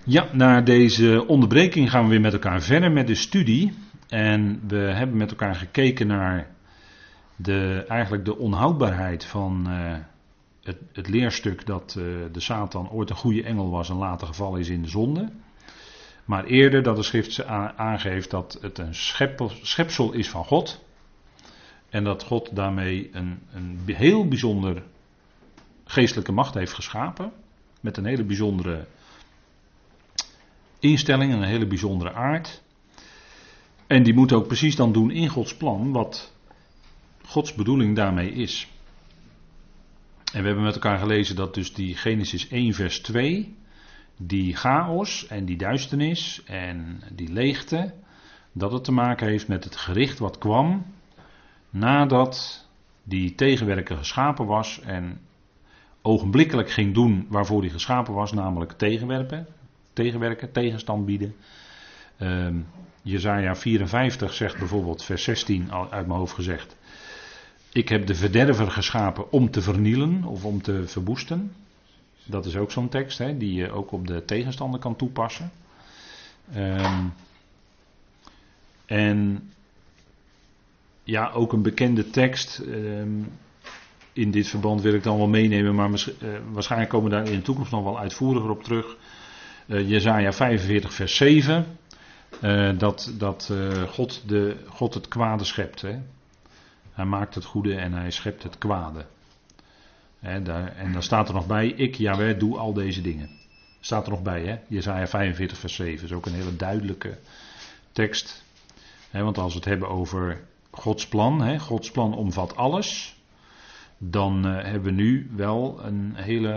Ja, na deze onderbreking gaan we weer met elkaar verder met de studie. En we hebben met elkaar gekeken naar eigenlijk de onhoudbaarheid van het leerstuk dat de Satan ooit een goede engel was en later gevallen is in de zonde. Maar eerder dat de schrift aangeeft dat het een schepsel is van God. En dat God daarmee een heel bijzonder geestelijke macht heeft geschapen. Met een hele bijzondere instelling, een hele bijzondere aard. En die moet ook precies dan doen in Gods plan wat Gods bedoeling daarmee is. En we hebben met elkaar gelezen dat dus die Genesis 1 vers 2, die chaos en die duisternis en die leegte, dat het te maken heeft met het gericht wat kwam nadat die tegenwerker geschapen was en ogenblikkelijk ging doen waarvoor hij geschapen was, namelijk tegenwerken, tegenstand bieden. Jesaja 54 zegt bijvoorbeeld, vers 16 uit mijn hoofd gezegd: ik heb de verderver geschapen om te vernielen of om te verwoesten. Dat is ook zo'n tekst die je ook op de tegenstander kan toepassen. En ja, ook een bekende tekst. In dit verband wil ik dan wel meenemen, maar waarschijnlijk komen we daar in de toekomst nog wel uitvoeriger op terug. Jesaja 45 vers 7. Dat God het kwade schept. Hij maakt het goede en hij schept het kwade. En dan staat er nog bij: ik, Jahweh, doe al deze dingen. Staat er nog bij, Jesaja 45 vers 7. Dat is ook een hele duidelijke tekst. Want als we het hebben over Gods plan, Gods plan omvat alles. Dan hebben we nu wel een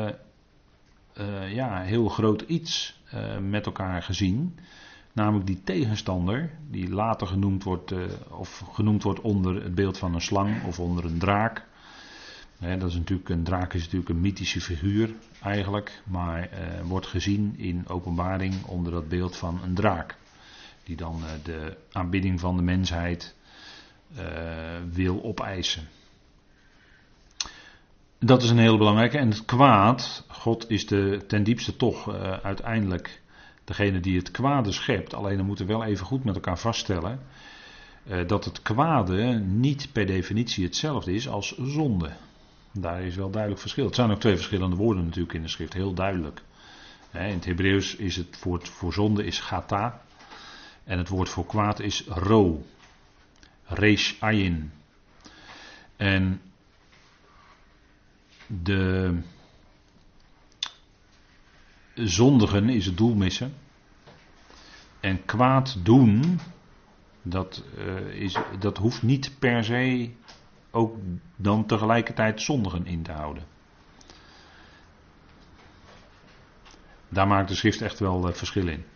heel groot iets met elkaar gezien. Namelijk die tegenstander, die later genoemd wordt onder het beeld van een slang of onder een draak. Een draak is natuurlijk een mythische figuur eigenlijk, maar wordt gezien in Openbaring onder dat beeld van een draak. Die dan de aanbidding van de mensheid wil opeisen. Dat is een heel belangrijke. En het kwaad, God is ten diepste toch uiteindelijk degene die het kwade schept. Alleen dan moeten we wel even goed met elkaar vaststellen dat het kwade niet per definitie hetzelfde is als zonde. Daar is wel duidelijk verschil. Het zijn ook twee verschillende woorden natuurlijk in de schrift, heel duidelijk. In het Hebreeuws is het woord voor zonde is chata. En het woord voor kwaad is ro. Resh ayin. En de zondigen is het doel missen. En kwaad doen, dat hoeft niet per se ook dan tegelijkertijd zondigen in te houden. Daar maakt de schrift echt wel verschil in.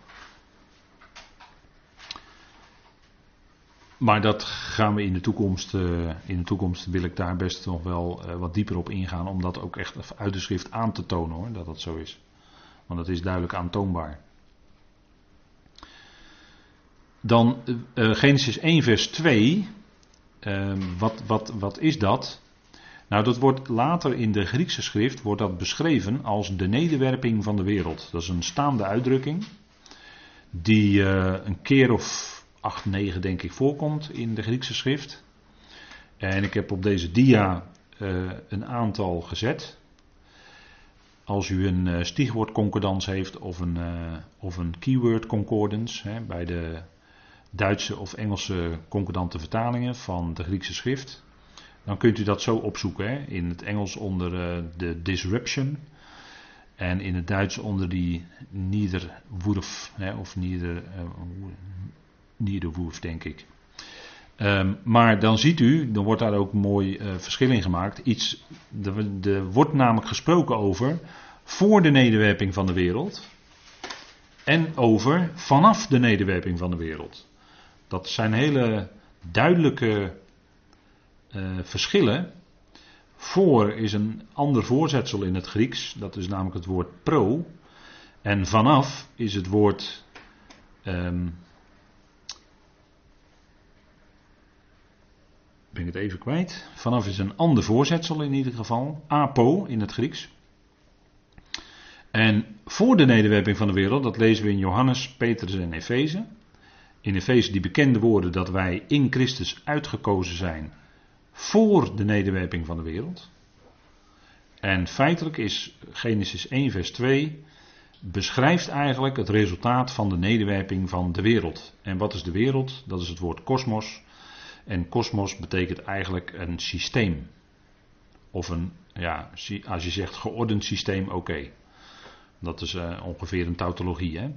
Maar dat gaan we in de toekomst. In de toekomst wil ik daar best nog wel wat dieper op ingaan. Om dat ook echt uit de schrift aan te tonen hoor. Dat dat zo is. Want dat is duidelijk aantoonbaar. Dan Genesis 1 vers 2. Wat is dat? Nou, dat wordt later in de Griekse schrift wordt dat beschreven als de nederwerping van de wereld. Dat is een staande uitdrukking. Die een keer of 8, 9 denk ik voorkomt in de Griekse schrift. En ik heb op deze dia een aantal gezet. Als u een stichwoordconcordans heeft of een keyword concordance, bij de Duitse of Engelse concordante vertalingen van de Griekse schrift, dan kunt u dat zo opzoeken. In het Engels onder de disruption en in het Duits onder die Niederwurf of Niederwurf denk ik. Maar dan ziet u, dan wordt daar ook mooi verschil in gemaakt. Er wordt namelijk gesproken over voor de nederwerping van de wereld en over vanaf de nederwerping van de wereld. Dat zijn hele duidelijke verschillen. Voor is een ander voorzetsel in het Grieks, dat is namelijk het woord pro. En vanaf is het woord ben ik het even kwijt. Vanaf is een ander voorzetsel in ieder geval. Apo in het Grieks. En voor de nederwerping van de wereld, dat lezen we in Johannes, Petrus en Efeze. In Efeze die bekende woorden dat wij in Christus uitgekozen zijn voor de nederwerping van de wereld. En feitelijk is Genesis 1 vers 2 beschrijft eigenlijk het resultaat van de nederwerping van de wereld. En wat is de wereld? Dat is het woord kosmos. En kosmos betekent eigenlijk een systeem. Of een, ja, als je zegt geordend systeem, oké. Dat is ongeveer een tautologie. Hè?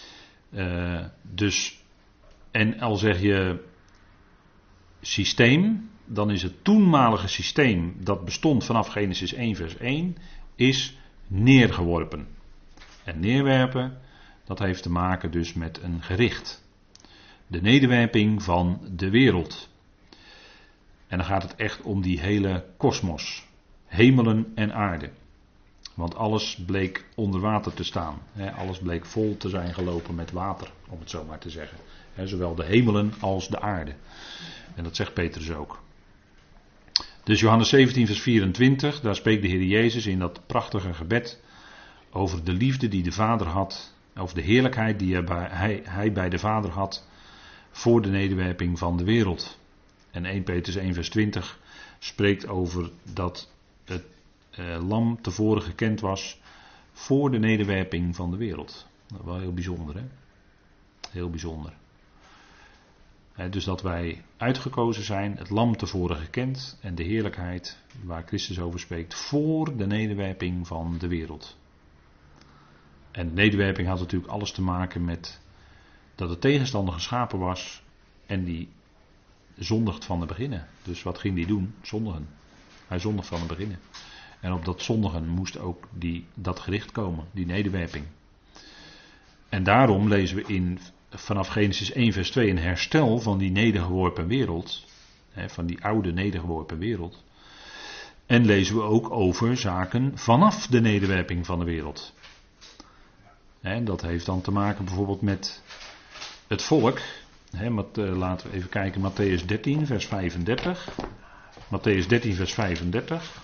En al zeg je systeem, dan is het toenmalige systeem dat bestond vanaf Genesis 1 vers 1, is neergeworpen. En neerwerpen, dat heeft te maken dus met een gericht. De nederwerping van de wereld. En dan gaat het echt om die hele kosmos. Hemelen en aarde. Want alles bleek onder water te staan. Alles bleek vol te zijn gelopen met water, om het zo maar te zeggen. Zowel de hemelen als de aarde. En dat zegt Petrus ook. Dus Johannes 17 vers 24, daar spreekt de Heer Jezus in dat prachtige gebed over de liefde die de Vader had, over de heerlijkheid die hij bij de Vader had voor de nederwerping van de wereld. En 1 Petrus 1 vers 20 spreekt over dat het lam tevoren gekend was voor de nederwerping van de wereld. Dat is wel heel bijzonder, hè? Heel bijzonder. Dus dat wij uitgekozen zijn, het lam tevoren gekend en de heerlijkheid waar Christus over spreekt voor de nederwerping van de wereld. En de nederwerping had natuurlijk alles te maken met dat de tegenstander geschapen was en die zondigt van de beginnen. Dus wat ging hij doen? Zondigen. Hij zondigt van de beginnen. En op dat zondigen moest ook dat gericht komen, die nederwerping. En daarom lezen we vanaf Genesis 1 vers 2 een herstel van die nedergeworpen wereld. Van die oude nedergeworpen wereld. En lezen we ook over zaken vanaf de nederwerping van de wereld. En dat heeft dan te maken bijvoorbeeld met het volk. Laten we even kijken, Matthäus 13 vers 35. Matthäus 13 vers 35.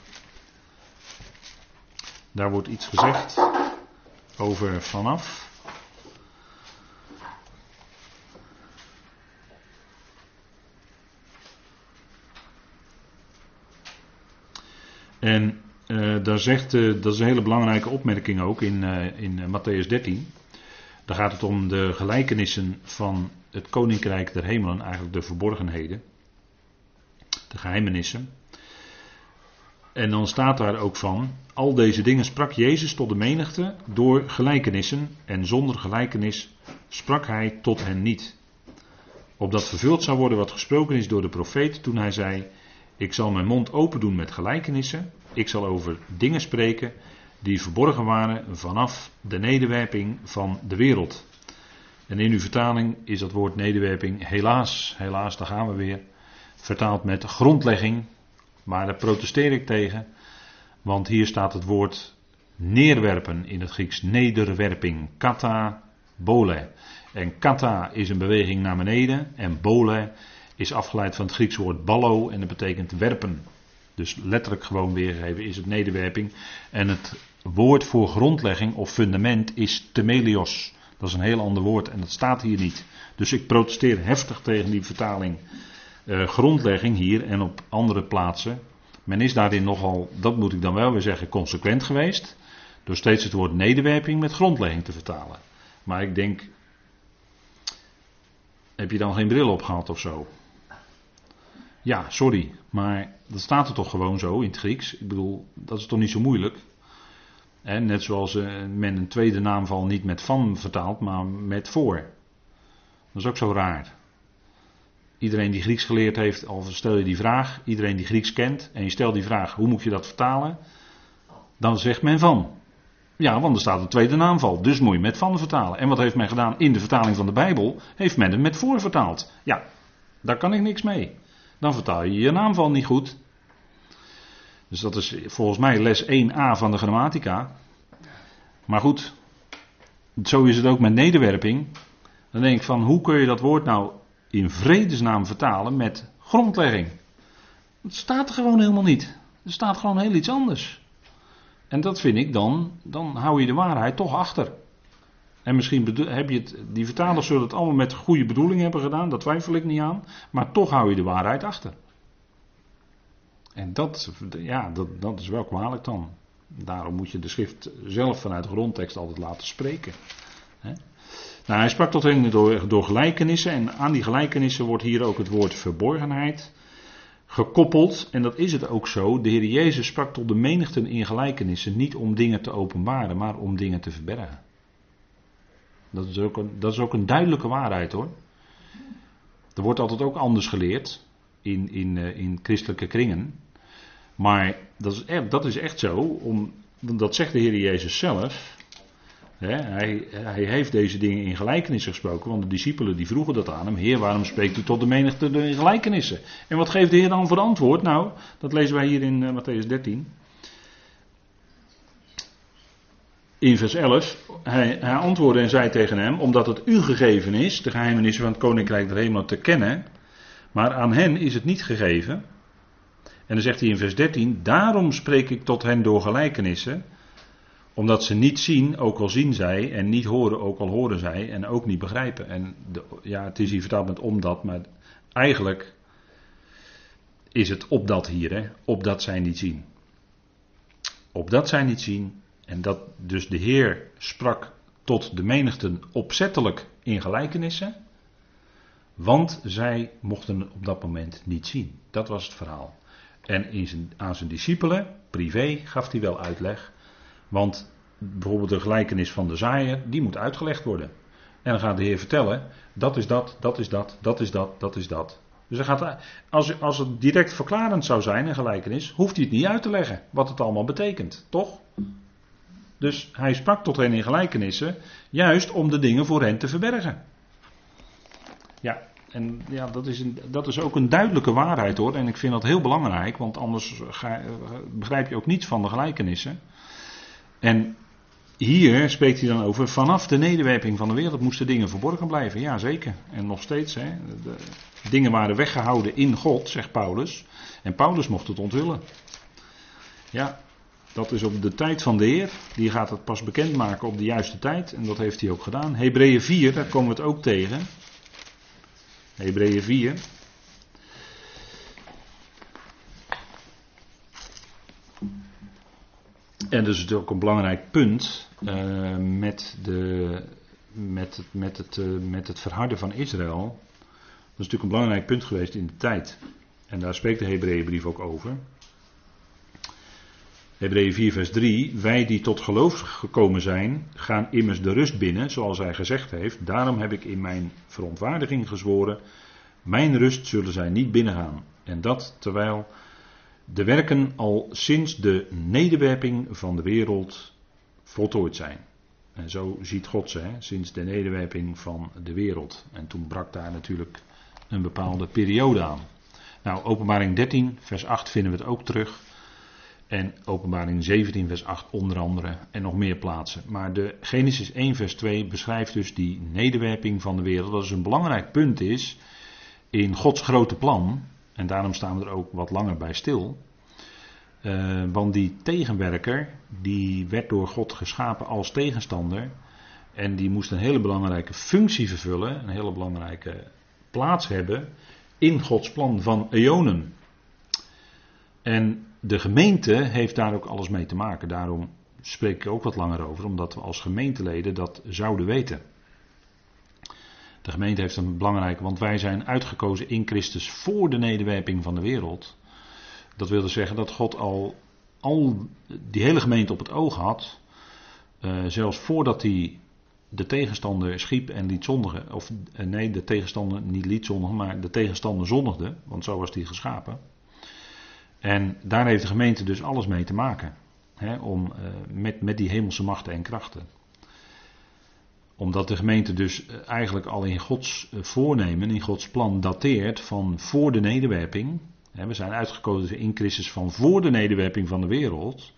Daar wordt iets gezegd over vanaf. En daar zegt, dat is een hele belangrijke opmerking ook in Matthäus 13. Daar gaat het om de gelijkenissen van het koninkrijk der hemelen, eigenlijk de verborgenheden, de geheimenissen. En dan staat daar ook van, al deze dingen sprak Jezus tot de menigte door gelijkenissen en zonder gelijkenis sprak hij tot hen niet. Opdat vervuld zou worden wat gesproken is door de profeet toen hij zei, ik zal mijn mond open doen met gelijkenissen, ik zal over dingen spreken die verborgen waren vanaf de nederwerping van de wereld. En in uw vertaling is dat woord nederwerping helaas, daar gaan we weer, vertaald met grondlegging. Maar daar protesteer ik tegen, want hier staat het woord neerwerpen in het Grieks, nederwerping, kata, bole. En kata is een beweging naar beneden en bole is afgeleid van het Griekse woord ballo en dat betekent werpen. Dus letterlijk gewoon weergegeven is het nederwerping. En het woord voor grondlegging of fundament is temelios. Dat is een heel ander woord en dat staat hier niet. Dus ik protesteer heftig tegen die vertaling grondlegging hier en op andere plaatsen. Men is daarin nogal, dat moet ik dan wel weer zeggen, consequent geweest. Door steeds het woord nederwerping met grondlegging te vertalen. Maar ik denk, heb je dan geen bril op gehad of zo? Ja, sorry, maar dat staat er toch gewoon zo in het Grieks. Ik bedoel, dat is toch niet zo moeilijk. Net zoals men een tweede naamval niet met van vertaalt, maar met voor. Dat is ook zo raar. Iedereen die Grieks geleerd heeft, al stel je die vraag, iedereen die Grieks kent, en je stelt die vraag, hoe moet je dat vertalen? Dan zegt men van. Ja, want er staat een tweede naamval, dus moet je met van vertalen. En wat heeft men gedaan in de vertaling van de Bijbel? Heeft men het met voor vertaald. Ja, daar kan ik niks mee. Dan vertaal je je naamval niet goed. Dus dat is volgens mij les 1a van de grammatica. Maar goed, zo is het ook met nederwerping. Dan denk ik van, hoe kun je dat woord nou in vredesnaam vertalen met grondlegging? Het staat er gewoon helemaal niet. Er staat gewoon heel iets anders. En dat vind ik dan hou je de waarheid toch achter. En misschien heb je het, die vertalers zullen het allemaal met goede bedoeling hebben gedaan, dat twijfel ik niet aan. Maar toch hou je de waarheid achter. En dat is wel kwalijk dan. Daarom moet je de schrift zelf vanuit de grondtekst altijd laten spreken. Nou, hij sprak tot hen door gelijkenissen. En aan die gelijkenissen wordt hier ook het woord verborgenheid gekoppeld. En dat is het ook zo. De Heer Jezus sprak tot de menigten in gelijkenissen. Niet om dingen te openbaren, maar om dingen te verbergen. Dat is ook een duidelijke waarheid hoor. Er wordt altijd ook anders geleerd in christelijke kringen. Maar dat is echt zo. Dat zegt de Heer Jezus zelf. Hij heeft deze dingen in gelijkenissen gesproken. Want de discipelen die vroegen dat aan hem. Heer, waarom spreekt u tot de menigte in gelijkenissen? En wat geeft de Heer dan voor antwoord? Nou, dat lezen wij hier in Mattheüs 13. In vers 11. Hij antwoordde en zei tegen hem. Omdat het u gegeven is. De geheimenissen van het koninkrijk der hemelen te kennen. Maar aan hen is het niet gegeven. En dan zegt hij in vers 13. Daarom spreek ik tot hen door gelijkenissen. Omdat ze niet zien, ook al zien zij. En niet horen, ook al horen zij. En ook niet begrijpen. En het is hier vertaald met omdat. Maar eigenlijk is het opdat hier. Hè? Opdat zij niet zien. Opdat zij niet zien. En dat dus de Heer sprak tot de menigten opzettelijk in gelijkenissen. Want zij mochten op dat moment niet zien. Dat was het verhaal. En aan zijn discipelen, privé, gaf hij wel uitleg. Want bijvoorbeeld de gelijkenis van de zaaier, die moet uitgelegd worden. En dan gaat de Heer vertellen, dat is dat, dat is dat, dat is dat, dat is dat. Dus dan gaat, als het direct verklarend zou zijn, een gelijkenis, hoeft hij het niet uit te leggen wat het allemaal betekent, toch? Dus hij sprak tot hen in gelijkenissen, juist om de dingen voor hen te verbergen. Ja, en ja, dat is ook een duidelijke waarheid hoor. En ik vind dat heel belangrijk, want anders begrijp je ook niets van de gelijkenissen. En hier spreekt hij dan over, vanaf de nederwerping van de wereld moesten dingen verborgen blijven. Ja, zeker. En nog steeds, hè. De dingen waren weggehouden in God, zegt Paulus. En Paulus mocht het onthullen. Ja, dat is op de tijd van de Heer. Die gaat het pas bekendmaken op de juiste tijd. En dat heeft hij ook gedaan. Hebreeën 4, daar komen we het ook tegen. Hebreeën 4. En dus is ook een belangrijk punt met het verharden van Israël. Dat is natuurlijk een belangrijk punt geweest in de tijd. En daar spreekt de Hebreeënbrief ook over. Hebreeën 4 vers 3. Wij die tot geloof gekomen zijn, gaan immers de rust binnen, zoals hij gezegd heeft. Daarom heb ik in mijn verontwaardiging gezworen, mijn rust zullen zij niet binnengaan. En dat terwijl de werken al sinds de nederwerping van de wereld voltooid zijn. En zo ziet God ze, sinds de nederwerping van de wereld. En toen brak daar natuurlijk een bepaalde periode aan. Nou, Openbaring 13 vers 8 vinden we het ook terug. En Openbaring 17 vers 8 onder andere. En nog meer plaatsen. Maar de Genesis 1 vers 2 beschrijft dus die nederwerping van de wereld. Dat is een belangrijk punt is in Gods grote plan. En daarom staan we er ook wat langer bij stil. Want die tegenwerker, die werd door God geschapen als tegenstander. En die moest een hele belangrijke functie vervullen. Een hele belangrijke plaats hebben in Gods plan van eonen. En de gemeente heeft daar ook alles mee te maken. Daarom spreek ik ook wat langer over. Omdat we als gemeenteleden dat zouden weten. De gemeente heeft een belangrijke, want wij zijn uitgekozen in Christus voor de nederwerping van de wereld. Dat wil dus zeggen dat God al die hele gemeente op het oog had. Zelfs voordat hij de tegenstander schiep en liet zondigen. Of nee, de tegenstander niet liet zondigen, maar de tegenstander zondigde. Want zo was hij geschapen. En daar heeft de gemeente dus alles mee te maken. Met die hemelse machten en krachten. Omdat de gemeente dus eigenlijk al in Gods voornemen, in Gods plan dateert van voor de nederwerping. We zijn uitgekozen in Christus van voor de nederwerping van de wereld.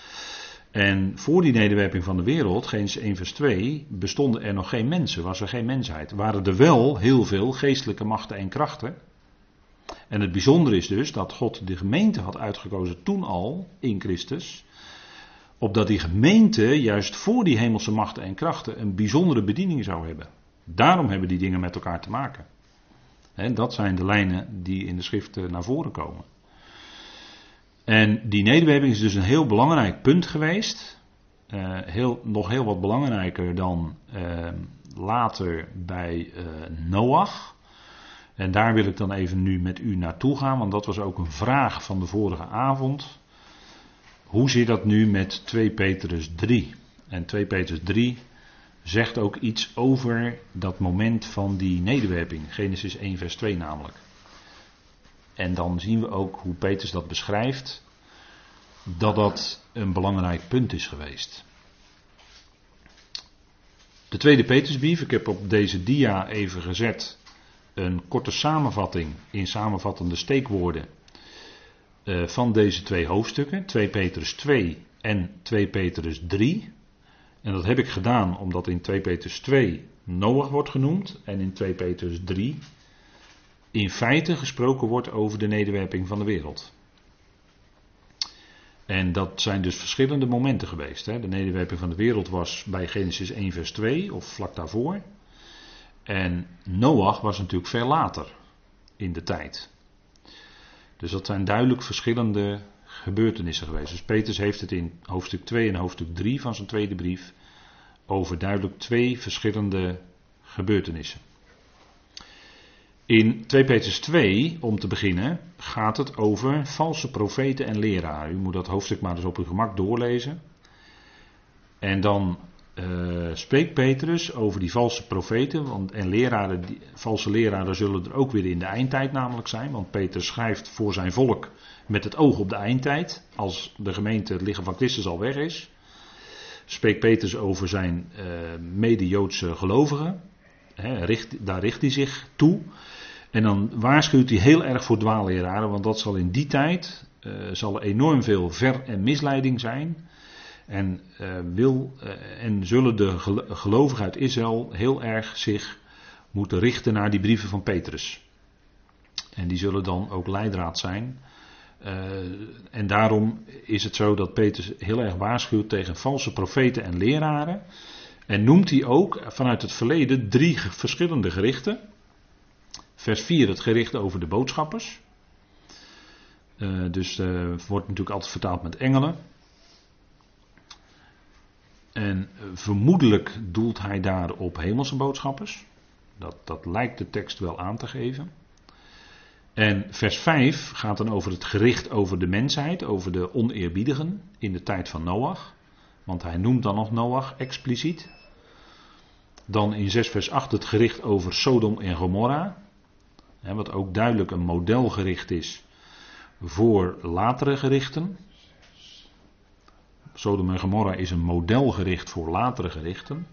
En voor die nederwerping van de wereld, Genesis 1 vers 2, bestonden er nog geen mensen, was er geen mensheid. Waren er wel heel veel geestelijke machten en krachten. En het bijzondere is dus dat God de gemeente had uitgekozen toen al in Christus, Opdat die gemeente juist voor die hemelse machten en krachten een bijzondere bediening zou hebben. Daarom hebben die dingen met elkaar te maken. Dat zijn de lijnen die in de schrift naar voren komen. En die nederwerping is dus een heel belangrijk punt geweest. Nog heel wat belangrijker dan later bij Noach. En daar wil ik dan even nu met u naartoe gaan, want dat was ook een vraag van de vorige avond. Hoe zit dat nu met 2 Petrus 3? En 2 Petrus 3 zegt ook iets over dat moment van die nederwerping. Genesis 1 vers 2 namelijk. En dan zien we ook hoe Petrus dat beschrijft, dat dat een belangrijk punt is geweest. De tweede Petrusbrief, ik heb op deze dia even gezet een korte samenvatting in samenvattende steekwoorden van deze 2 hoofdstukken, 2 Petrus 2 en 2 Petrus 3. En dat heb ik gedaan omdat in 2 Petrus 2 Noach wordt genoemd en in 2 Petrus 3 in feite gesproken wordt over de nederwerping van de wereld. En dat zijn dus verschillende momenten geweest. De nederwerping van de wereld was bij Genesis 1 vers 2 of vlak daarvoor. En Noach was natuurlijk veel later in de tijd. Dus dat zijn duidelijk verschillende gebeurtenissen geweest. Dus Petrus heeft het in hoofdstuk 2 en hoofdstuk 3 van zijn tweede brief over duidelijk 2 verschillende gebeurtenissen. In 2 Petrus 2, om te beginnen, gaat het over valse profeten en leraren. U moet dat hoofdstuk maar eens op uw gemak doorlezen. En dan spreekt Petrus over die valse profeten en leraren. Valse leraren zullen er ook weer in de eindtijd namelijk zijn. Want Petrus schrijft voor zijn volk met het oog op de eindtijd. Als de gemeente het lichaam van Christus al weg is. Spreekt Petrus over zijn mede-Joodse gelovigen. Daar richt hij zich toe. En dan waarschuwt hij heel erg voor dwaalleraren. Want dat zal in die tijd zal er enorm veel ver- en misleiding zijn. En zullen de gelovigen uit Israël heel erg zich moeten richten naar die brieven van Petrus. En die zullen dan ook leidraad zijn. En daarom is het zo dat Petrus heel erg waarschuwt tegen valse profeten en leraren. En noemt hij ook vanuit het verleden 3 verschillende gerichten. Vers 4 het gericht over de boodschappers. Dus wordt natuurlijk altijd vertaald met engelen. En vermoedelijk doelt hij daar op hemelse boodschappers. Dat lijkt de tekst wel aan te geven. En vers 5 gaat dan over het gericht over de mensheid, over de oneerbiedigen in de tijd van Noach. Want hij noemt dan nog Noach expliciet. Dan in 6 vers 8 het gericht over Sodom en Gomorra. Wat ook duidelijk een modelgericht is voor latere gerichten. Sodom en Gomorra is een modelgericht voor latere gerichten.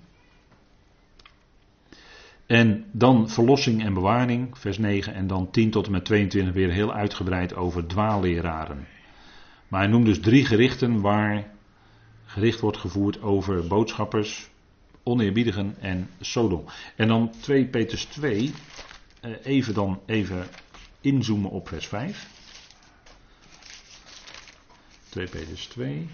En dan verlossing en bewaring, vers 9. En dan 10 tot en met 22 weer heel uitgebreid over dwaalleraren. Maar hij noemt dus 3 gerichten waar gericht wordt gevoerd over boodschappers, oneerbiedigen en Sodom. En dan 2 Petrus 2, even inzoomen op vers 5. 2 Petrus 2.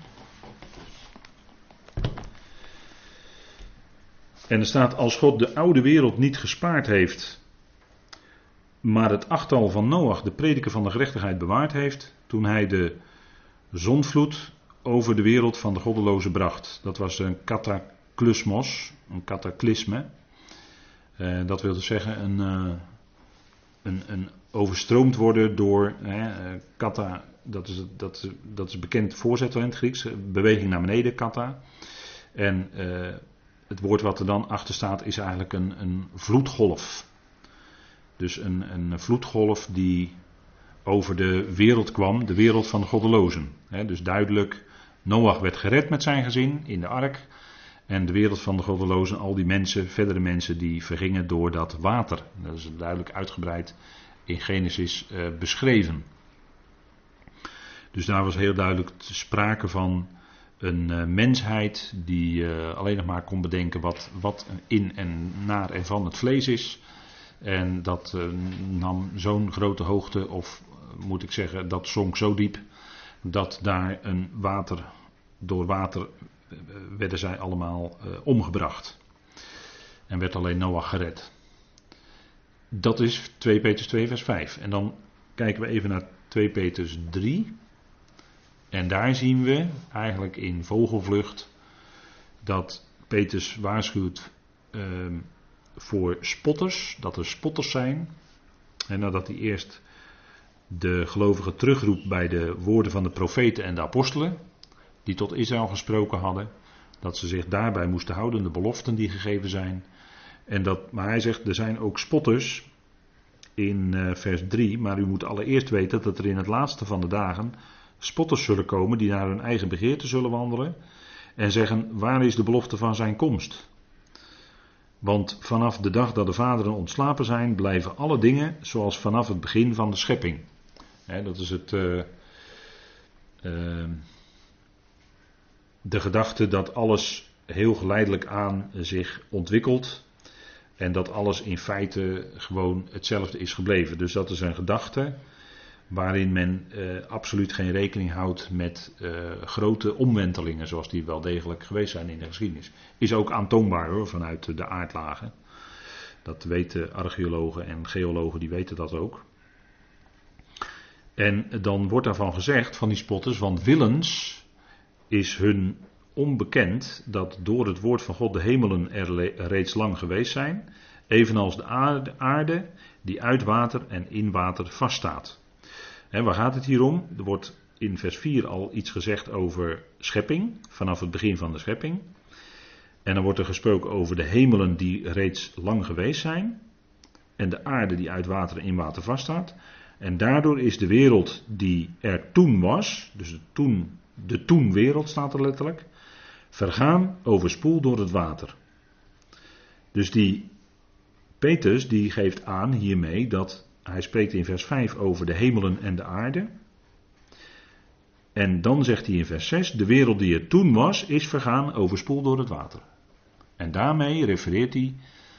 En er staat, als God de oude wereld niet gespaard heeft, maar het 8-tal van Noach, de prediker van de gerechtigheid, bewaard heeft, toen hij de zondvloed over de wereld van de goddelozen bracht. Dat was een cataclysmos, een cataclysme. Dat wil dus zeggen een overstroomd worden door kata, dat is bekend voorzetsel in het Grieks, beweging naar beneden, kata. En het woord wat er dan achter staat is eigenlijk een vloedgolf. Dus een vloedgolf die over de wereld kwam, de wereld van de goddelozen. Dus duidelijk, Noach werd gered met zijn gezin in de ark. En de wereld van de goddelozen, al die mensen, verdere mensen die vergingen door dat water. Dat is duidelijk uitgebreid in Genesis beschreven. Dus daar was heel duidelijk sprake van een mensheid die alleen nog maar kon bedenken wat in en naar en van het vlees is. En dat nam zo'n grote hoogte, of moet ik zeggen, dat zonk zo diep, dat daar een door water werden zij allemaal omgebracht. En werd alleen Noach gered. Dat is 2 Petrus 2 vers 5. En dan kijken we even naar 2 Petrus 3. En daar zien we eigenlijk in vogelvlucht dat Petrus waarschuwt voor spotters. Dat er spotters zijn. En nadat hij eerst de gelovigen terugroept bij de woorden van de profeten en de apostelen. Die tot Israël gesproken hadden. Dat ze zich daarbij moesten houden, de beloften die gegeven zijn. Maar hij zegt, er zijn ook spotters in vers 3. Maar u moet allereerst weten dat er in het laatste van de dagen spotters zullen komen die naar hun eigen begeerte zullen wandelen. En zeggen, waar is de belofte van zijn komst? Want vanaf de dag dat de vaderen ontslapen zijn, blijven alle dingen zoals vanaf het begin van de schepping. Dat is de gedachte dat alles heel geleidelijk aan zich ontwikkelt. En dat alles in feite gewoon hetzelfde is gebleven. Dus dat is een gedachte waarin men absoluut geen rekening houdt met grote omwentelingen zoals die wel degelijk geweest zijn in de geschiedenis. Is ook aantoonbaar hoor, vanuit de aardlagen. Dat weten archeologen en geologen, die weten dat ook. En dan wordt daarvan gezegd, van die spotters, want willens is hun onbekend dat door het woord van God de hemelen er reeds lang geweest zijn, evenals de aarde die uit water en in water vaststaat. En waar gaat het hier om? Er wordt in vers 4 al iets gezegd over schepping, vanaf het begin van de schepping. En dan wordt er gesproken over de hemelen die reeds lang geweest zijn en de aarde die uit water en in water vaststaat. En daardoor is de wereld die er toen was, dus de toen wereld staat er letterlijk, vergaan, overspoeld door het water. Dus die Petrus die geeft aan hiermee dat hij spreekt in vers 5 over de hemelen en de aarde. En dan zegt hij in vers 6, de wereld die er toen was, is vergaan, overspoeld door het water. En daarmee refereert hij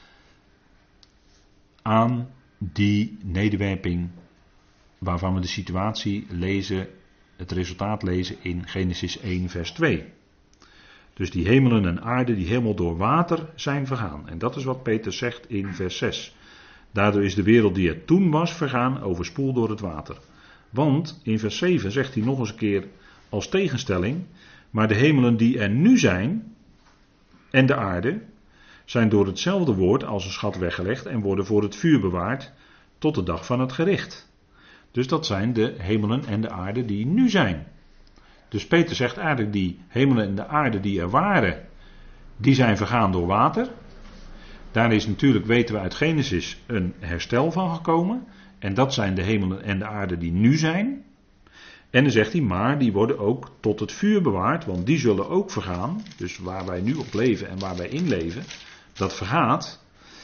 aan die nederwerping waarvan we de situatie lezen, het resultaat lezen in Genesis 1 vers 2. Dus die hemelen en aarde die helemaal door water zijn vergaan. En dat is wat Petrus zegt in vers 6. Daardoor is de wereld die er toen was vergaan, overspoeld door het water. Want in vers 7 zegt hij nog eens een keer als tegenstelling, maar de hemelen die er nu zijn en de aarde zijn door hetzelfde woord als een schat weggelegd en worden voor het vuur bewaard tot de dag van het gericht. Dus dat zijn de hemelen en de aarde die nu zijn. Dus Peter zegt eigenlijk die hemelen en de aarde die er waren, die zijn vergaan door water. Daar is natuurlijk, weten we uit Genesis, een herstel van gekomen. En dat zijn de hemelen en de aarde die nu zijn. En dan zegt hij, maar die worden ook tot het vuur bewaard, want die zullen ook vergaan. Dus waar wij nu op leven en waar wij in leven, dat vergaat.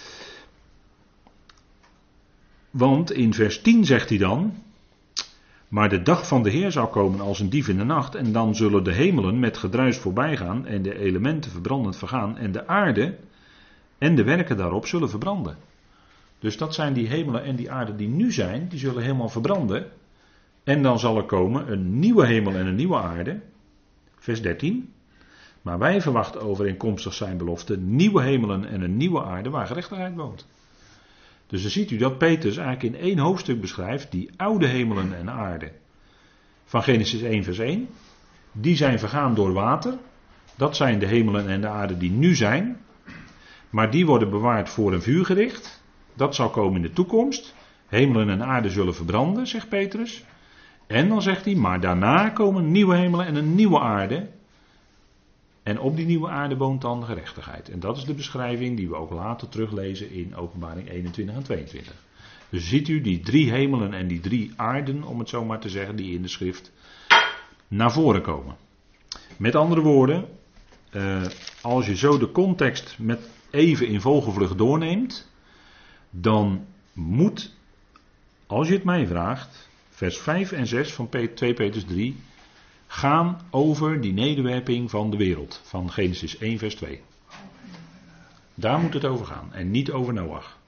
Want in vers 10 zegt hij dan, maar de dag van de Heer zal komen als een dief in de nacht, en dan zullen de hemelen met gedruis voorbij gaan en de elementen verbrandend vergaan en de aarde en de werken daarop zullen verbranden. Dus dat zijn die hemelen en die aarde die nu zijn, die zullen helemaal verbranden. En dan zal er komen een nieuwe hemel en een nieuwe aarde. Vers 13. Maar wij verwachten overeenkomstig zijn belofte nieuwe hemelen en een nieuwe aarde waar gerechtigheid woont. Dus dan ziet u dat Petrus eigenlijk in één hoofdstuk beschrijft die oude hemelen en aarde van Genesis 1 vers 1. Die zijn vergaan door water. Dat zijn de hemelen en de aarde die nu zijn. Maar die worden bewaard voor een vuurgericht. Dat zal komen in de toekomst. Hemelen en aarde zullen verbranden, zegt Petrus. En dan zegt hij, maar daarna komen nieuwe hemelen en een nieuwe aarde. En op die nieuwe aarde woont dan gerechtigheid. En dat is de beschrijving die we ook later teruglezen in Openbaring 21 en 22. Dus ziet u die 3 hemelen en die 3 aarden, om het zo maar te zeggen, die in de schrift naar voren komen. Met andere woorden, als je zo de context met even in vogelvlucht doorneemt, dan moet, als je het mij vraagt, vers 5 en 6 van 2 Petrus 3 gaan over die nederwerping van de wereld. Van Genesis 1 vers 2. Daar moet het over gaan. En niet over Noach.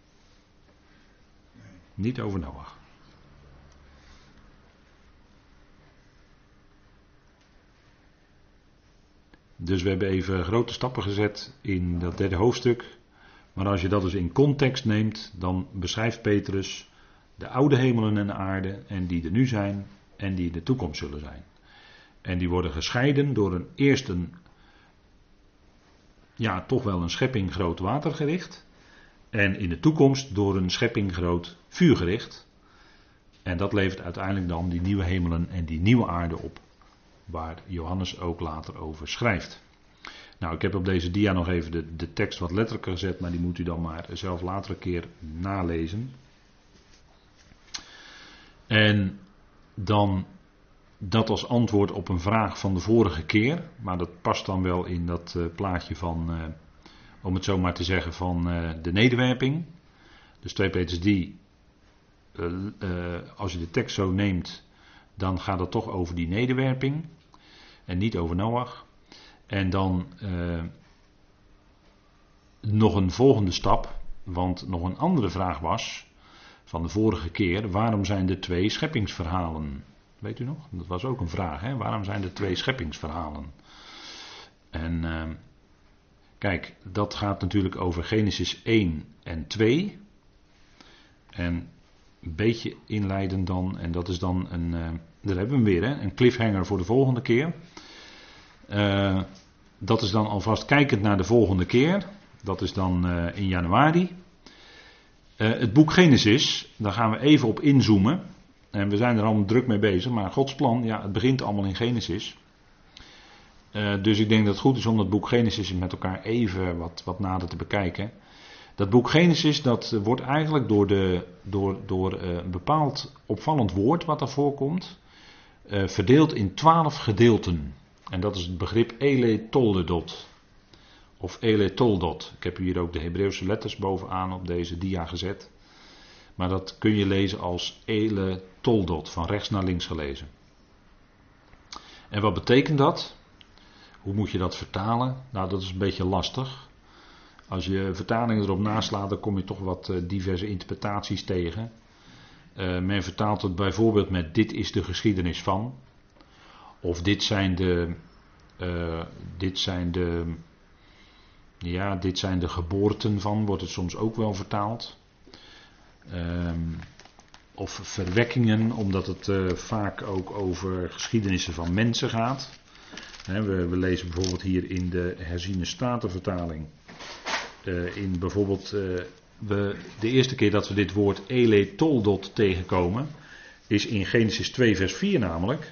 Niet over Noach. Dus we hebben even grote stappen gezet in dat derde hoofdstuk. Maar als je dat dus in context neemt, dan beschrijft Petrus de oude hemelen en de aarde en die er nu zijn en die in de toekomst zullen zijn. En die worden gescheiden door eerst een toch wel een schepping groot watergericht. En in de toekomst door een schepping groot vuurgericht. En dat levert uiteindelijk dan die nieuwe hemelen en die nieuwe aarde op. Waar Johannes ook later over schrijft. Nou, ik heb op deze dia nog even de tekst wat letterlijker gezet. Maar die moet u dan maar zelf later een keer nalezen. En dan dat als antwoord op een vraag van de vorige keer. Maar dat past dan wel in dat plaatje van, om het zo maar te zeggen, van de nederwerping. Dus 2 Petrus 3, als je de tekst zo neemt, dan gaat het toch over die nederwerping. En niet over Noach. En dan nog een volgende stap. Want nog een andere vraag was van de vorige keer. Waarom zijn er 2 scheppingsverhalen? Weet u nog? Dat was ook een vraag. Hè? Waarom zijn er 2 scheppingsverhalen? En kijk, dat gaat natuurlijk over Genesis 1 en 2. En een beetje inleiden dan. En dat is dan een, daar hebben we hem weer, hè? Een cliffhanger voor de volgende keer. Dat is dan alvast kijkend naar de volgende keer. Dat is dan in januari. Het boek Genesis, daar gaan we even op inzoomen. En we zijn er allemaal druk mee bezig. Maar Gods plan, ja, het begint allemaal in Genesis. Dus ik denk dat het goed is om dat boek Genesis met elkaar even wat nader te bekijken. Dat boek Genesis, dat wordt eigenlijk door een bepaald opvallend woord wat daar voorkomt, verdeeld in 12 gedeelten. En dat is het begrip Ele-Toldot. Of Ele-Toldot. Ik heb hier ook de Hebreeuwse letters bovenaan op deze dia gezet. Maar dat kun je lezen als Ele-Toldot, van rechts naar links gelezen. En wat betekent dat? Hoe moet je dat vertalen? Nou, dat is een beetje lastig. Als je vertalingen erop naslaat, dan kom je toch wat diverse interpretaties tegen. Men vertaalt het bijvoorbeeld met dit is de geschiedenis van. Of dit zijn de geboorten van, wordt het soms ook wel vertaald. Of verwekkingen, omdat het vaak ook over geschiedenissen van mensen gaat. We lezen bijvoorbeeld hier in de herziene statenvertaling. In bijvoorbeeld, de eerste keer dat we dit woord Ele-Toldot tegenkomen, is in Genesis 2 vers 4 namelijk.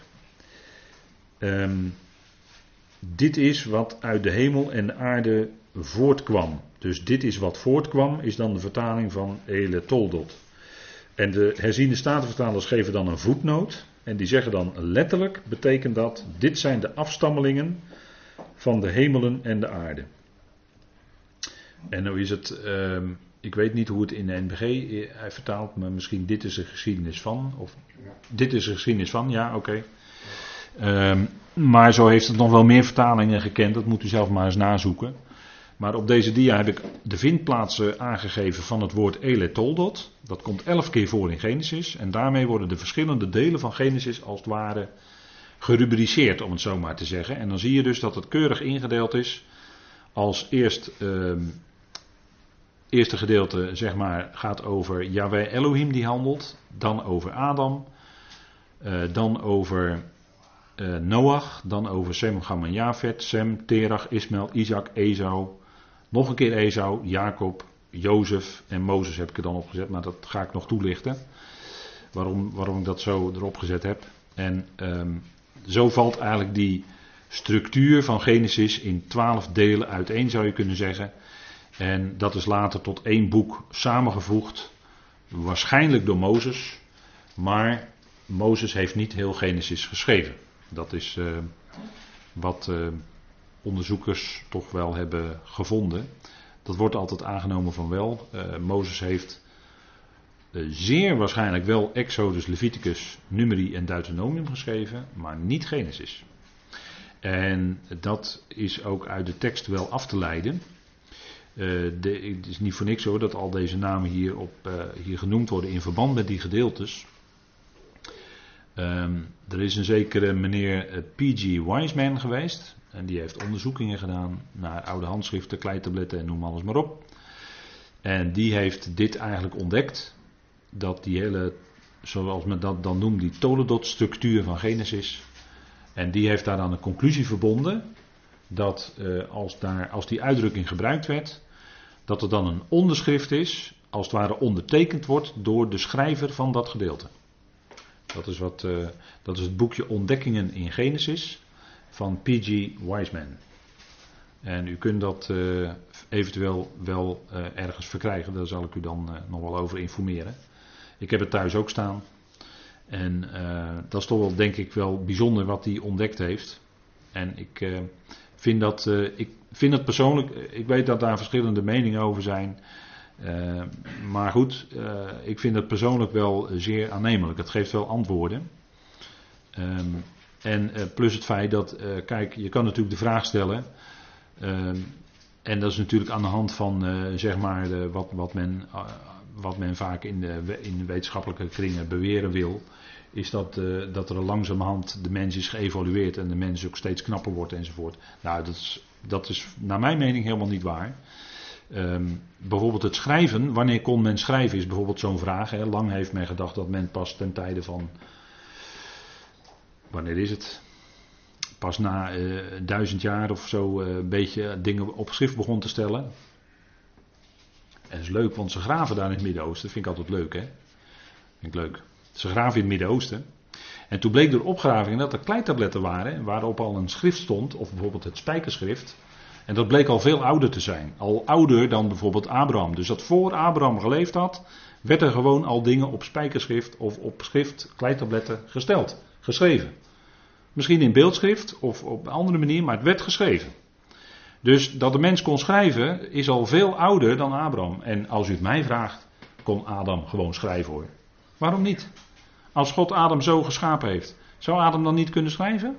Dit is wat uit de hemel en de aarde voortkwam. Dus dit is wat voortkwam, is dan de vertaling van Ele-Toldot. En de herziende statenvertalers geven dan een voetnoot. En die zeggen dan letterlijk, betekent dat, dit zijn de afstammelingen van de hemelen en de aarde. En nou is het, ik weet niet hoe het in de NBG hij vertaalt, maar misschien dit is de geschiedenis van. Of dit is de geschiedenis van, ja, oké. Maar zo heeft het nog wel meer vertalingen gekend, dat moet u zelf maar eens nazoeken. Maar op deze dia heb ik de vindplaatsen aangegeven van het woord Ele-Toldot. Dat komt 11 keer voor in Genesis. En daarmee worden de verschillende delen van Genesis als het ware gerubriceerd, om het zo maar te zeggen. En dan zie je dus dat het keurig ingedeeld is. Als eerste gedeelte zeg maar gaat over Yahweh Elohim die handelt. Dan over Adam. Dan over Noach. Dan over Sem, Cham en Jafet. Sem, Terach, Ismael, Isaac, Esau. Nog een keer Esau, Jacob, Jozef en Mozes heb ik er dan opgezet. Maar dat ga ik nog toelichten. Waarom ik dat zo erop gezet heb. En zo valt eigenlijk die structuur van Genesis in 12 delen uiteen, zou je kunnen zeggen. En dat is later tot 1 boek samengevoegd. Waarschijnlijk door Mozes. Maar Mozes heeft niet heel Genesis geschreven. Dat is wat onderzoekers toch wel hebben gevonden. Dat wordt altijd aangenomen van wel. Mozes heeft zeer waarschijnlijk wel Exodus, Leviticus, Numeri en Deuteronomium geschreven, maar niet Genesis. En dat is ook uit de tekst wel af te leiden. Het is niet voor niks hoor dat al deze namen hier genoemd worden in verband met die gedeeltes. Er is een zekere meneer P.G. Wiseman geweest. En die heeft onderzoekingen gedaan naar oude handschriften, kleitabletten en noem alles maar op. En die heeft dit eigenlijk ontdekt. Dat die hele, zoals men dat dan noemt, die Toledot-structuur van Genesis. En die heeft daar dan een conclusie verbonden. Dat als die uitdrukking gebruikt werd, dat er dan een onderschrift is, als het ware ondertekend wordt door de schrijver van dat gedeelte. Dat is het boekje Ontdekkingen in Genesis van P.G. Wiseman. En u kunt dat eventueel wel ergens verkrijgen, daar zal ik u dan nog wel over informeren. Ik heb het thuis ook staan. En dat is toch wel, denk ik, wel bijzonder wat hij ontdekt heeft. En ik vind dat persoonlijk, ik weet dat daar verschillende meningen over zijn. Maar goed, ik vind het persoonlijk wel zeer aannemelijk. Het geeft wel antwoorden. En plus het feit dat, kijk, je kan natuurlijk de vraag stellen. En dat is natuurlijk aan de hand van, zeg maar, wat men vaak in de wetenschappelijke kringen beweren wil. Is dat er langzamerhand de mens is geëvolueerd en de mens ook steeds knapper wordt enzovoort. Nou, dat is naar mijn mening helemaal niet waar. Bijvoorbeeld het schrijven, wanneer kon men schrijven, is bijvoorbeeld zo'n vraag. Hè. Lang heeft men gedacht dat men pas ten tijde van, wanneer is het? Pas na 1000 jaar of zo een beetje dingen op schrift begon te stellen. En dat is leuk, want ze graven daar in het Midden-Oosten. Dat vind ik altijd leuk, hè? Vind ik leuk. Ze graven in het Midden-Oosten. En toen bleek door opgravingen dat er kleitabletten waren waarop al een schrift stond, of bijvoorbeeld het spijkerschrift. En dat bleek al veel ouder te zijn. Al ouder dan bijvoorbeeld Abraham. Dus dat voor Abraham geleefd had, werd er gewoon al dingen op spijkerschrift of op schrift, kleitabletten geschreven. Misschien in beeldschrift of op een andere manier, maar het werd geschreven. Dus dat de mens kon schrijven is al veel ouder dan Abraham. En als u het mij vraagt, kon Adam gewoon schrijven hoor. Waarom niet? Als God Adam zo geschapen heeft, zou Adam dan niet kunnen schrijven?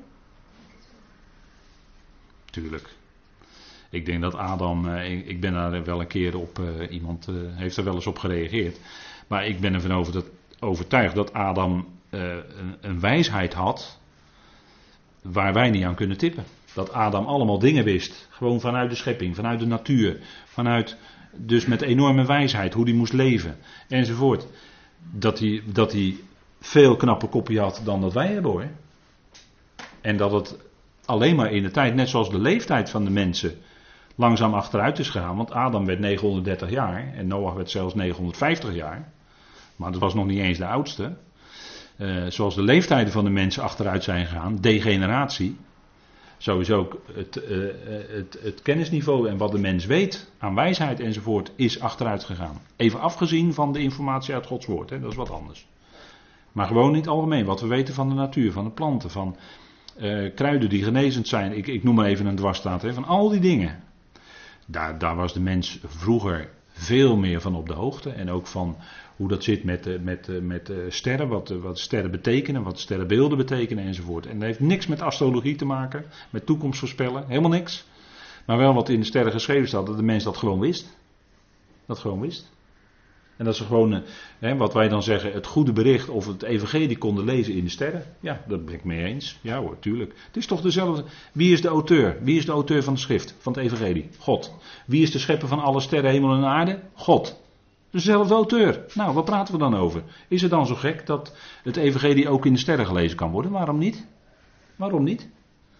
Tuurlijk. Ik denk dat Adam, ik ben daar wel een keer op, iemand heeft er wel eens op gereageerd. Maar ik ben ervan overtuigd dat Adam een wijsheid had waar wij niet aan kunnen tippen. Dat Adam allemaal dingen wist. Gewoon vanuit de schepping, vanuit de natuur. Dus met enorme wijsheid, hoe hij moest leven. Enzovoort. Dat hij veel knapper kopie had dan dat wij hebben hoor. En dat het alleen maar in de tijd, net zoals de leeftijd van de mensen, langzaam achteruit is gegaan. Want Adam werd 930 jaar en Noach werd zelfs 950 jaar. Maar dat was nog niet eens de oudste. Zoals de leeftijden van de mensen achteruit zijn gegaan, degeneratie. Sowieso ook het kennisniveau en wat de mens weet aan wijsheid enzovoort is achteruit gegaan. Even afgezien van de informatie uit Gods woord, hè, dat is wat anders. Maar gewoon in het algemeen, wat we weten van de natuur, van de planten, van kruiden die genezend zijn. Ik noem maar even een dwarsstraat, hè, van al die dingen. Daar was de mens vroeger veel meer van op de hoogte. En ook van hoe dat zit met sterren, wat sterren betekenen, wat sterrenbeelden betekenen enzovoort. En dat heeft niks met astrologie te maken, met toekomst voorspellen, helemaal niks. Maar wel wat in de sterren geschreven staat, dat de mens dat gewoon wist. Dat gewoon wist. En dat ze gewoon, wat wij dan zeggen, het goede bericht of het evangelie konden lezen in de sterren. Ja, dat ben ik mee eens. Ja hoor, tuurlijk. Het is toch dezelfde. Wie is de auteur? Wie is de auteur van de schrift, van het evangelie? God. Wie is de schepper van alle sterren, hemel en aarde? God. Dezelfde auteur. Nou, wat praten we dan over? Is het dan zo gek dat het evangelie ook in de sterren gelezen kan worden? Waarom niet? Waarom niet?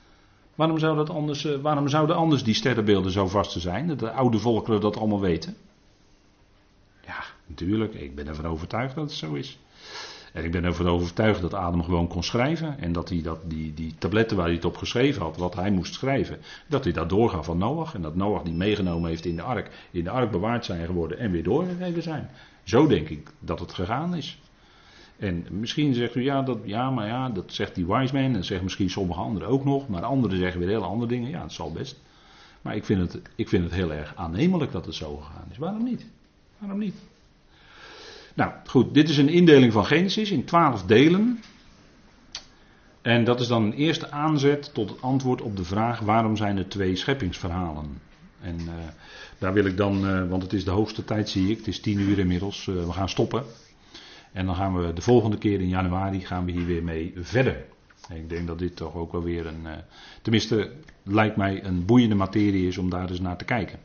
Waarom zouden anders die sterrenbeelden zo vast zijn? Dat de oude volkeren dat allemaal weten? Ja, natuurlijk. Ik ben ervan overtuigd dat het zo is. En ik ben ervan overtuigd dat Adam gewoon kon schrijven. En dat hij die tabletten waar hij het op geschreven had, wat hij moest schrijven, dat hij dat doorgaf van Noach. En dat Noach die meegenomen heeft in de ark. In de ark bewaard zijn geworden en weer doorgegeven zijn. Zo denk ik dat het gegaan is. En misschien zegt u dat zegt die Wiseman. En dat zeggen misschien sommige anderen ook nog. Maar anderen zeggen weer hele andere dingen. Ja, dat zal best. Maar ik vind het heel erg aannemelijk dat het zo gegaan is. Waarom niet? Waarom niet? Nou goed, dit is een indeling van Genesis in 12 delen. En dat is dan een eerste aanzet tot het antwoord op de vraag waarom zijn er 2 scheppingsverhalen. En daar wil ik dan, want het is de hoogste tijd zie ik, het is 10 uur inmiddels, we gaan stoppen. En dan gaan we de volgende keer in januari gaan we hier weer mee verder. En ik denk dat dit toch ook wel weer tenminste lijkt mij een boeiende materie is om daar eens naar te kijken.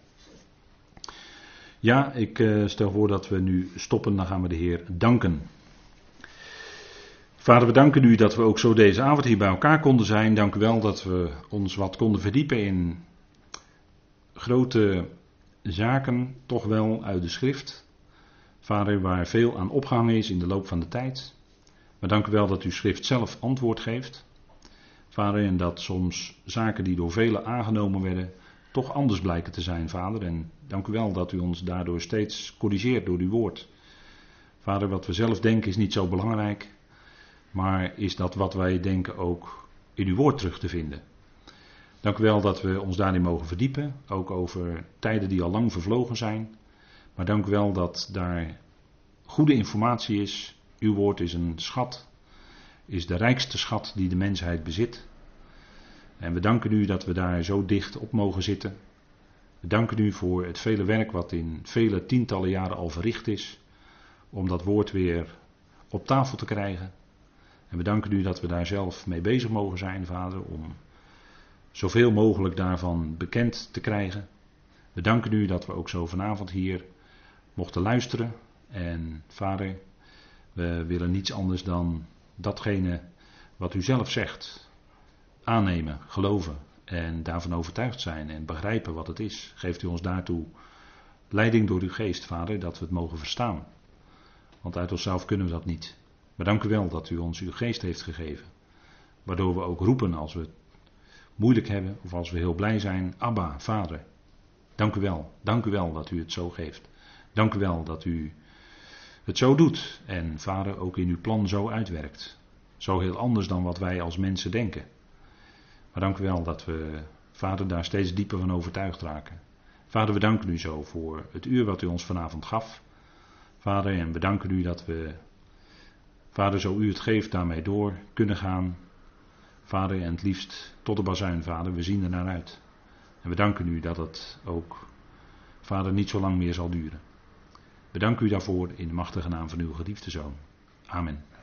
Ja, ik stel voor dat we nu stoppen, dan gaan we de Heer danken. Vader, we danken u dat we ook zo deze avond hier bij elkaar konden zijn. Dank u wel dat we ons wat konden verdiepen in grote zaken, toch wel uit de schrift. Vader, waar veel aan opgehangen is in de loop van de tijd. Maar dank u wel dat uw schrift zelf antwoord geeft. Vader, en dat soms zaken die door velen aangenomen werden, toch anders blijken te zijn, Vader. En dank u wel dat u ons daardoor steeds corrigeert door uw woord. Vader, wat we zelf denken is niet zo belangrijk. Maar is dat wat wij denken ook in uw woord terug te vinden. Dank u wel dat we ons daarin mogen verdiepen. Ook over tijden die al lang vervlogen zijn. Maar dank u wel dat daar goede informatie is. Uw woord is een schat. Is de rijkste schat die de mensheid bezit. En we danken u dat we daar zo dicht op mogen zitten. We danken u voor het vele werk wat in vele tientallen jaren al verricht is. Om dat woord weer op tafel te krijgen. En we danken u dat we daar zelf mee bezig mogen zijn, Vader, om zoveel mogelijk daarvan bekend te krijgen. We danken u dat we ook zo vanavond hier mochten luisteren. En Vader, we willen niets anders dan datgene wat u zelf zegt aannemen, geloven en daarvan overtuigd zijn en begrijpen wat het is. Geeft u ons daartoe leiding door uw geest, Vader, dat we het mogen verstaan. Want uit onszelf kunnen we dat niet. Maar dank u wel dat u ons uw geest heeft gegeven. Waardoor we ook roepen als we het moeilijk hebben of als we heel blij zijn. Abba, Vader. Dank u wel. Dank u wel dat u het zo geeft. Dank u wel dat u het zo doet. En Vader ook in uw plan zo uitwerkt. Zo heel anders dan wat wij als mensen denken. Maar dank u wel dat we, Vader, daar steeds dieper van overtuigd raken. Vader, we danken u zo voor het uur wat u ons vanavond gaf. Vader, en we danken u dat we, Vader, zo u het geeft, daarmee door kunnen gaan. Vader, en het liefst tot de bazuin, Vader, we zien er naar uit. En we danken u dat het ook, Vader, niet zo lang meer zal duren. We danken u daarvoor in de machtige naam van uw geliefde Zoon. Amen.